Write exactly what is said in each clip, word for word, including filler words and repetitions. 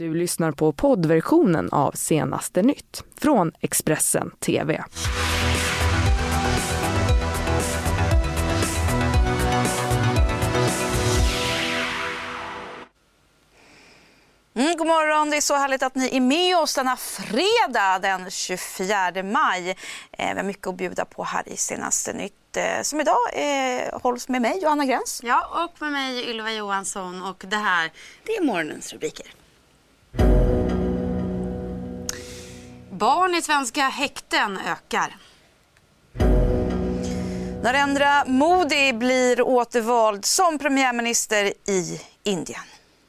Du lyssnar på poddversionen av Senaste nytt från Expressen T V. Mm, god morgon, det är så härligt att ni är med oss denna fredag den tjugofjärde maj. Eh, vi har mycket att bjuda på här i Senaste nytt. Eh, som idag eh, hålls med mig, Johanna Gräns. Ja, och med mig Ylva Johansson, och det här, det är morgonens rubriker. Barn i svenska häkten ökar. Narendra Modi blir återvald som premiärminister i Indien.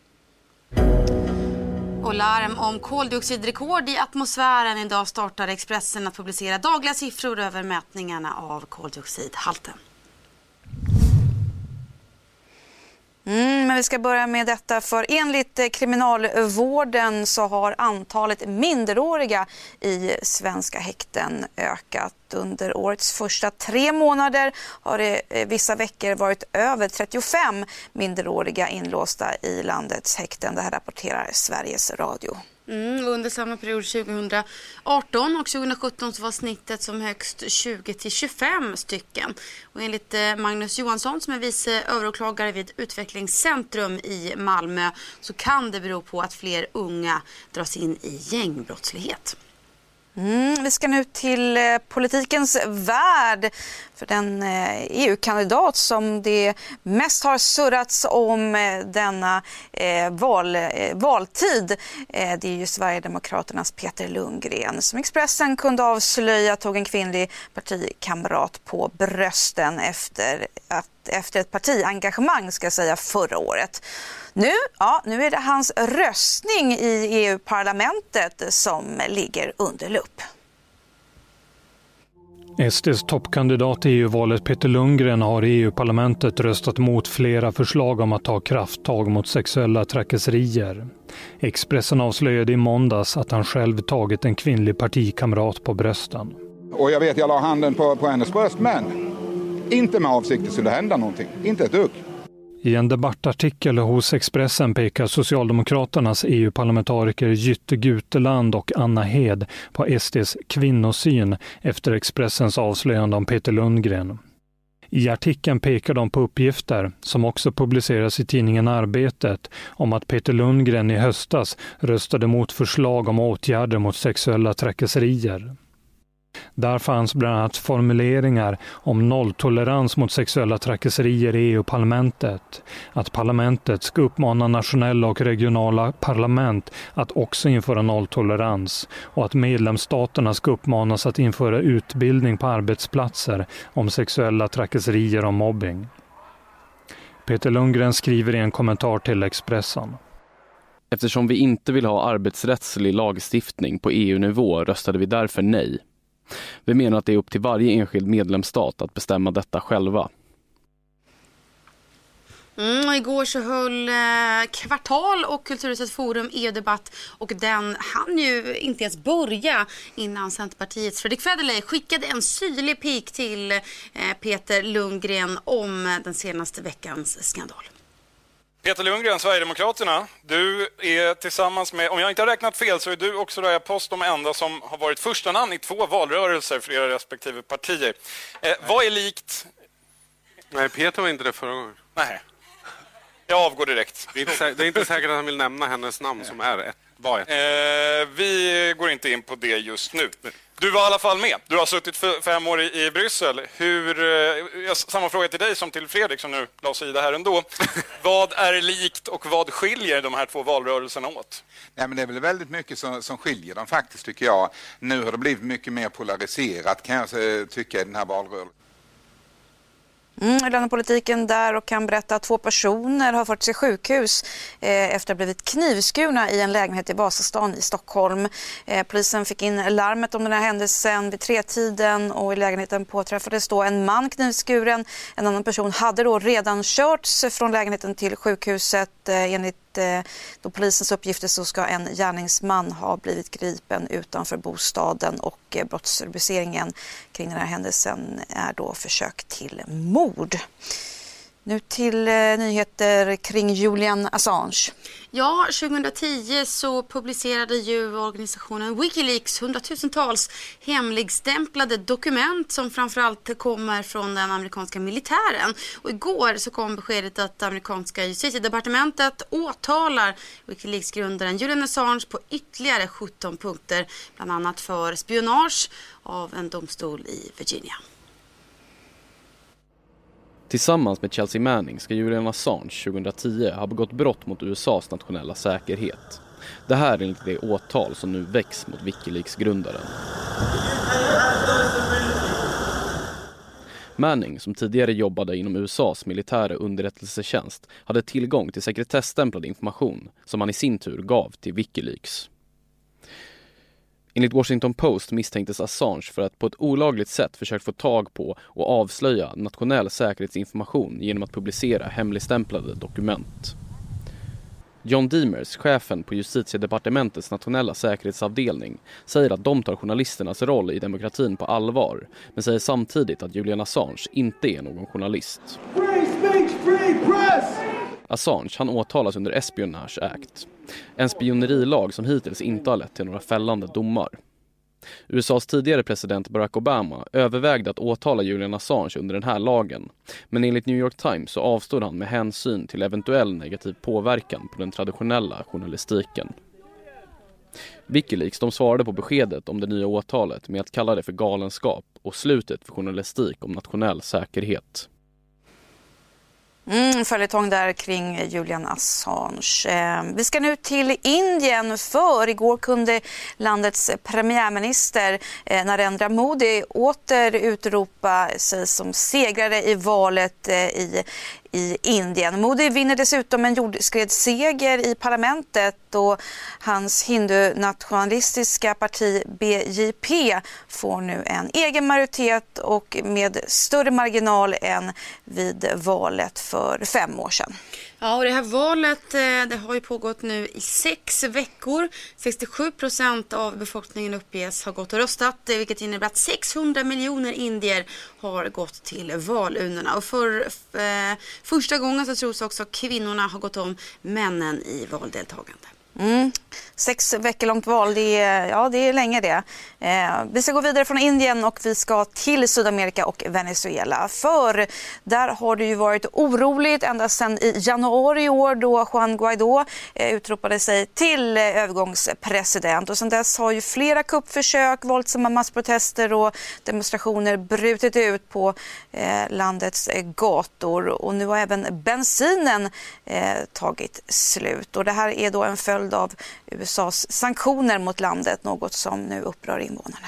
Och larm om koldioxidrekord i atmosfären. Idag startar Expressen att publicera dagliga siffror över mätningarna av koldioxidhalten. Mm, men vi ska börja med detta, för enligt kriminalvården så har antalet minderåriga i svenska häkten ökat. Under årets första tre månader har det vissa veckor varit över trettiofem minderåriga inlåsta i landets häkten. Det här rapporterar Sveriges Radio. Mm, under samma period tjugohundraarton och tjugohundrasjutton så var snittet som högst tjugo till tjugofem stycken. Och enligt Magnus Johansson, som är vice överåklagare vid Utvecklingscentrum i Malmö, så kan det bero på att fler unga dras in i gängbrottslighet. Mm, vi ska nu till eh, politikens värld, för den eh, E U-kandidat som det mest har surrats om eh, denna eh, val, eh, valtid. Eh, det är ju Sverigedemokraternas Peter Lundgren, som Expressen kunde avslöja tog en kvinnlig partikamrat på brösten efter, att, efter ett partiengagemang, ska jag säga, förra året. Nu, ja, nu är det hans röstning i E U-parlamentet som ligger under lupp. S D:s toppkandidat i E U-valet Peter Lundgren har i E U-parlamentet röstat mot flera förslag om att ta krafttag mot sexuella trakasserier. Expressen avslöjade i måndags att han själv tagit en kvinnlig partikamrat på brösten. Och jag vet, jag la handen på, på hennes bröst, men inte med avsikt att skulle hända någonting. Inte ett dugg. I en debattartikel hos Expressen pekar Socialdemokraternas E U-parlamentariker Jytte Guteland och Anna Hed på S D:s kvinnosyn efter Expressens avslöjande om Peter Lundgren. I artikeln pekar de på uppgifter, som också publiceras i tidningen Arbetet, om att Peter Lundgren i höstas röstade mot förslag om åtgärder mot sexuella trakasserier. Där fanns bland annat formuleringar om nolltolerans mot sexuella trakasserier i E U-parlamentet, att parlamentet ska uppmana nationella och regionala parlament att också införa nolltolerans och att medlemsstaterna ska uppmanas att införa utbildning på arbetsplatser om sexuella trakasserier och mobbing. Peter Lundgren skriver i en kommentar till Expressen. Eftersom vi inte vill ha arbetsrättslig lagstiftning på E U-nivå röstade vi därför nej. Vi menar att det är upp till varje enskild medlemsstat att bestämma detta själva. Mm, och igår så höll eh, Kvartal och Kulturhuset Forum E U-debatt, och den hann ju inte ens börja innan Centerpartiets Fredrik Federley skickade en syrlig pik till eh, Peter Lundgren om den senaste veckans skandal. Peter Lundgren, Sverigedemokraterna, du är tillsammans med, om jag inte har räknat fel, så är du också Röja Post de enda som har varit första namn i två valrörelser för era respektive partier. Eh, vad är likt? Nej, Peter var inte det förra gången. Nej, jag avgår direkt. Det är inte, sä- det är inte säkert att han vill nämna hennes namn som är ett, var ett. Eh, vi går inte in på det just nu. Du var i alla fall med. Du har suttit för fem år i, i Bryssel. Hur, eh, samma fråga till dig som till Fredrik som nu la sig i det här ändå. Vad är likt och vad skiljer de här två valrörelserna åt? Nej, men det är väl väldigt mycket som, som skiljer dem faktiskt, tycker jag. Nu har det blivit mycket mer polariserat, kan jag tycka, i den här valrörelsen. Mm, lämnar politiken där och kan berätta att två personer har fått sig sjukhus eh, efter att ha blivit knivskurna i en lägenhet i Vasastan i Stockholm. Eh, polisen fick in larmet om den här händelsen vid tretiden, och i lägenheten påträffades då en man knivskuren. En annan person hade då redan körts från lägenheten till sjukhuset. Eh, enligt då polisens uppgifter så ska en gärningsman ha blivit gripen utanför bostaden, och brottsrubriceringen kring den här händelsen är då försök till mord. Nu till eh, nyheter kring Julian Assange. Ja, tjugohundratio så publicerade ju organisationen Wikileaks hundratusentals hemligstämplade dokument som framförallt kommer från den amerikanska militären. Och igår så kom beskedet att amerikanska justitiedepartementet åtalar Wikileaks-grundaren Julian Assange på ytterligare sjutton punkter, bland annat för spionage av en domstol i Virginia. Tillsammans med Chelsea Manning ska Julian Assange tjugohundratio ha begått brott mot U S A:s nationella säkerhet. Det här är enligt det åtal som nu väcks mot Wikileaks-grundaren. Manning, som tidigare jobbade inom U S A:s militära underrättelsetjänst, hade tillgång till sekretesstämplad information som han i sin tur gav till Wikileaks. Enligt Washington Post misstänktes Assange för att på ett olagligt sätt försökt få tag på och avslöja nationell säkerhetsinformation genom att publicera hemligstämplade dokument. John Demers, chefen på justitiedepartementets nationella säkerhetsavdelning, säger att de tar journalisternas roll i demokratin på allvar, men säger samtidigt att Julian Assange inte är någon journalist. Free speech, free press! Assange, han åtalas under Espionage Act, en spionerilag som hittills inte har lett till några fällande domar. U S A:s tidigare president Barack Obama övervägde att åtala Julian Assange under den här lagen, men enligt New York Times så avstod han med hänsyn till eventuell negativ påverkan på den traditionella journalistiken. Wikileaks, de svarade på beskedet om det nya åtalet med att kalla det för galenskap och slutet för journalistik om nationell säkerhet. Mm, följetong där kring Julian Assange. Eh, vi ska nu till Indien, för igår kunde landets premiärminister eh, Narendra Modi åter utropa sig som segrare i valet eh, i i Indien. Modi vinner dessutom en jordskredsseger i parlamentet och hans hindu-nationalistiska parti B J P får nu en egen majoritet och med större marginal än vid valet för fem år sedan. Ja, och det här valet det har ju pågått nu i sex veckor. sextiosju procent av befolkningen uppges ha gått och röstat, vilket innebär att sexhundra miljoner indier har gått till valurnorna. Och för eh, första gången så tros också kvinnorna har gått om männen i valdeltagande. Mm. Sex veckor långt val, det är, ja, det är länge det. Eh, vi ska gå vidare från Indien och vi ska till Sydamerika och Venezuela. För där har det ju varit oroligt ända sedan i januari i år då Juan Guaidó eh, utropade sig till eh, övergångspresident. Och sedan dess har ju flera kuppförsök, våldsamma massprotester och demonstrationer brutit ut på eh, landets eh, gator. Och nu har även bensinen eh, tagit slut. Och det här är då en följd av U S A:s sanktioner mot landet, något som nu upprör invånarna.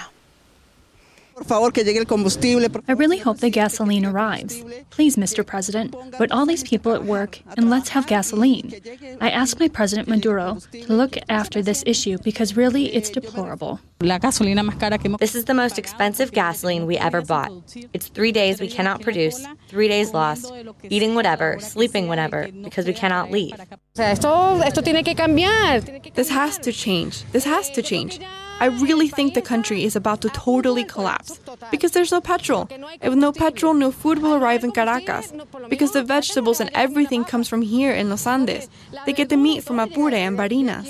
I really hope the gasoline arrives. Please, Mister President, put all these people at work and let's have gasoline. I ask my President Maduro to look after this issue because really it's deplorable. This is the most expensive gasoline we ever bought. It's three days we cannot produce, three days lost, eating whatever, sleeping whenever, because we cannot leave. This has to change. This has to change. I really think the country is about to totally collapse because there's no petrol. And with no petrol, no food will arrive in Caracas because the vegetables and everything comes from here in Los Andes. They get the meat from Apure and Barinas.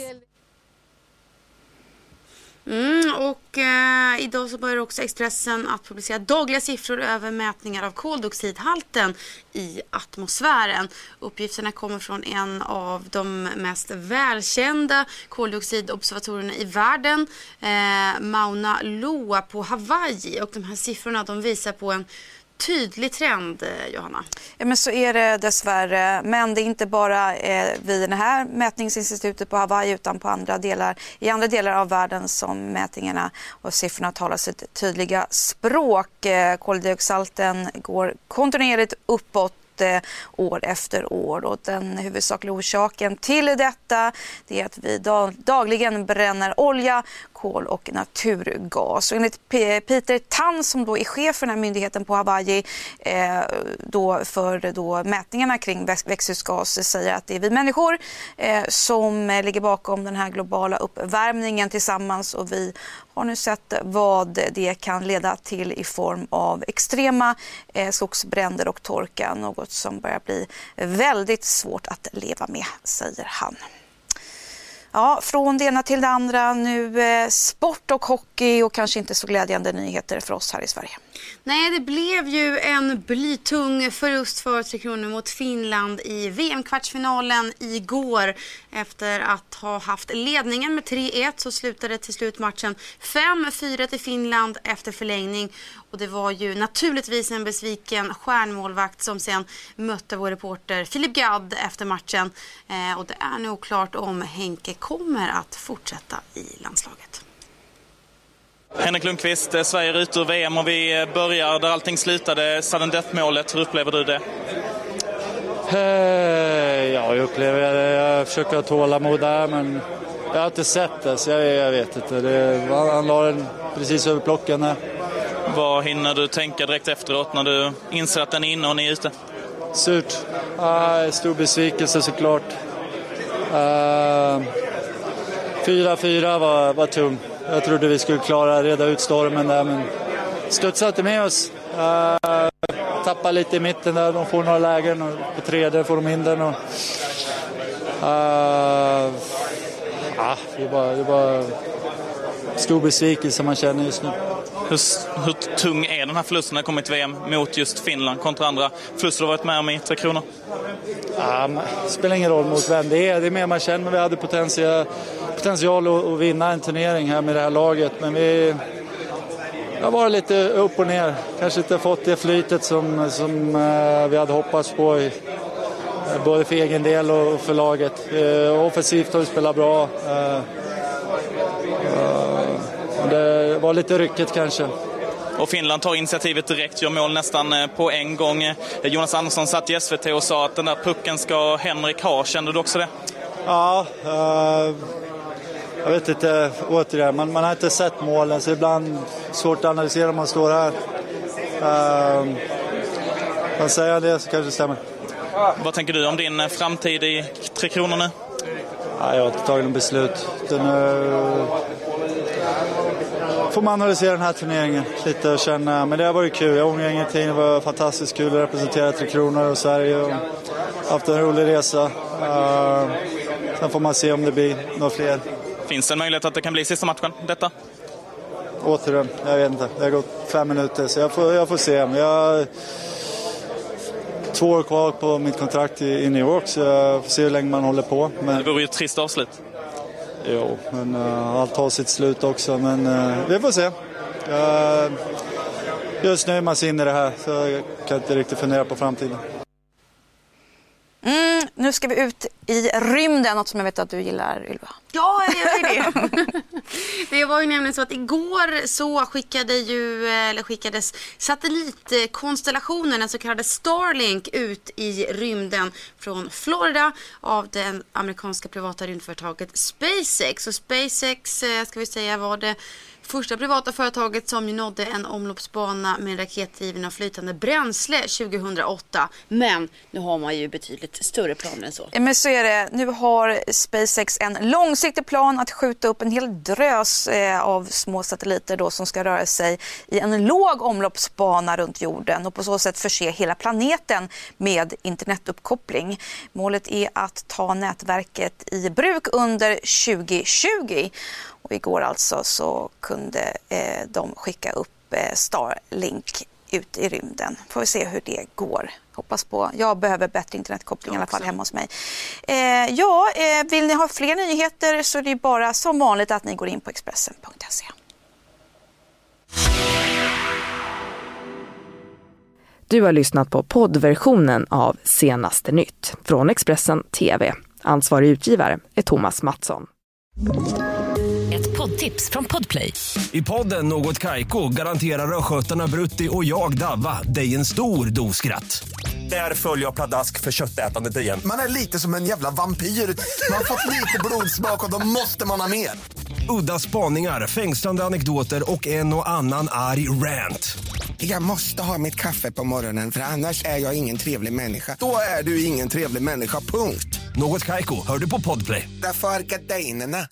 Mm, och eh, idag så börjar också Expressen att publicera dagliga siffror över mätningar av koldioxidhalten i atmosfären. Uppgifterna kommer från en av de mest välkända koldioxidobservatorerna i världen, eh, Mauna Loa på Hawaii. Och de här siffrorna de visar på en tydlig trend, Johanna. Ja, men så är det dessvärre. Men det är inte bara eh, vid det här mätningsinstitutet på Hawaii utan på andra delar, i andra delar av världen som mätningarna och siffrorna talar sitt tydliga språk. Eh, koldioxidhalten går kontinuerligt uppåt år efter år och den huvudsakliga orsaken till detta det är att vi dagligen bränner olja, kol och naturgas. Och enligt Peter Tan som då är chef för den här myndigheten på Hawaii eh, då för då mätningarna kring växthusgas säger att det är vi människor eh, som ligger bakom den här globala uppvärmningen tillsammans och vi har nu sett vad det kan leda till i form av extrema eh, skogsbränder och torka, något något som börjar bli väldigt svårt att leva med, säger han. Ja, från det ena till det andra. Nu eh, sport och hockey och kanske inte så glädjande nyheter för oss här i Sverige. Nej, det blev ju en blytung förlust för Tre Kronor mot Finland i V M-kvartsfinalen igår. Efter att ha haft ledningen med tre ett så slutade till slut matchen fem fyra till Finland efter förlängning. Och det var ju naturligtvis en besviken stjärnmålvakt som sen mötte vår reporter Filip Gadd efter matchen. Eh, och det är nog klart om Henke kommer att fortsätta i landslaget. Henrik Lundqvist, Sverige är ute ur V M och vi börjar där allting slutade, sudden death-målet. Hur upplever du det? Ja, jag upplever det. Jag försöker tåla mod där, men jag har inte sett det, så jag, jag vet inte. Det, han la den precis över plocken. Vad hinner du tänka direkt efteråt när du inser att den är inne och ni är ute? Surt. Ah, stor besvikelse såklart. fyra fyra uh, var, var tung. Jag trodde vi skulle klara reda ut stormen där, men studsade inte med oss. Uh, tappade lite i mitten där, de får några lägen och på tredje får de in den. Och, uh, ah, det är bara, det är bara stor besvikelse man känner just nu. Hur, hur tung är den här förlusten när det kommit V M mot just Finland kontra andra förluster du har varit med om i Tre Kronor? Ja, det spelar ingen roll mot vem det är. Det är mer man känner. Vi hade potential, potential att, att vinna en turnering här med det här laget. Men vi har varit lite upp och ner. Kanske inte fått det flytet som, som uh, vi hade hoppats på. I, uh, både för egen del och för laget. Uh, offensivt har vi spelat bra. Uh, uh, det var lite rycket kanske. Och Finland tar initiativet direkt, gör mål nästan på en gång. Jonas Andersson satt i S V T och sa att den där pucken ska Henrik ha. Kände du också det? Ja, uh, jag vet inte, återigen, man, man har inte sett målen så ibland svårt att analysera om man står här. Uh, man säger det så kanske det stämmer. Vad tänker du om din framtid i Tre Kronor nu? Ja, jag har inte tagit något beslut. Den, uh, får man analysera den här turneringen lite och känna, men det har varit kul. Jag ångrar ingenting, det var fantastiskt kul att representera Tre Kronor och Sverige och haft en rolig resa. Uh, sen får man se om det blir några fler. Finns det en möjlighet att det kan bli sista matchen, detta? Återigen, jag vet inte. Det har gått fem minuter så jag får, jag får se. Men jag har två år kvar på mitt kontrakt i, i New York så jag får se hur länge man håller på. Men... Det vore ju ett trist avslut. Jo, men uh, allt har sitt slut också. Men uh, vi får se. Uh, just nu är man in i det här så jag kan inte riktigt fundera på framtiden. Mm, nu ska vi ut i rymden, något som jag vet att du gillar, Ylva. Ja, jag gör det. Det var ju nämligen så att igår så skickade ju, eller skickades satellitkonstellationen, den så kallade Starlink, ut i rymden från Florida av det amerikanska privata rymdföretaget SpaceX. Och SpaceX, ska vi säga, var det första privata företaget som nådde en omloppsbana med raketdriven av flytande bränsle tjugohundraåtta. Men nu har man ju betydligt större planer än så. Men så är det. Nu har SpaceX en långsiktig plan att skjuta upp en hel drös eh, av små satelliter då, som ska röra sig i en låg omloppsbana runt jorden och på så sätt förse hela planeten med internetuppkoppling. Målet är att ta nätverket i bruk under tjugohundratjugo. Och igår alltså så kunde eh, de skicka upp eh, Starlink ut i rymden. Får vi se hur det går. Hoppas på. Jag behöver bättre internetkoppling i alla fall hemma hos mig. Eh, ja, eh, vill ni ha fler nyheter så är det bara som vanligt att ni går in på Expressen punkt se. Du har lyssnat på poddversionen av Senaste nytt från Expressen T V. Ansvarig utgivare är Thomas Mattsson. Ett poddtips från Podplay. I podden Något Kaiko garanterar röskötarna Brutti och jag Davva dig en stor doskratt. Där följer jag pladask för köttätandet igen. Man är lite som en jävla vampyr. Man har fått lite blodsmak och då måste man ha mer. Udda spaningar, fängslande anekdoter och en och annan arg rant. Jag måste ha mitt kaffe på morgonen för annars är jag ingen trevlig människa. Då är du ingen trevlig människa, punkt. Något Kaiko, hör du på Podplay. Därför är gardinerna.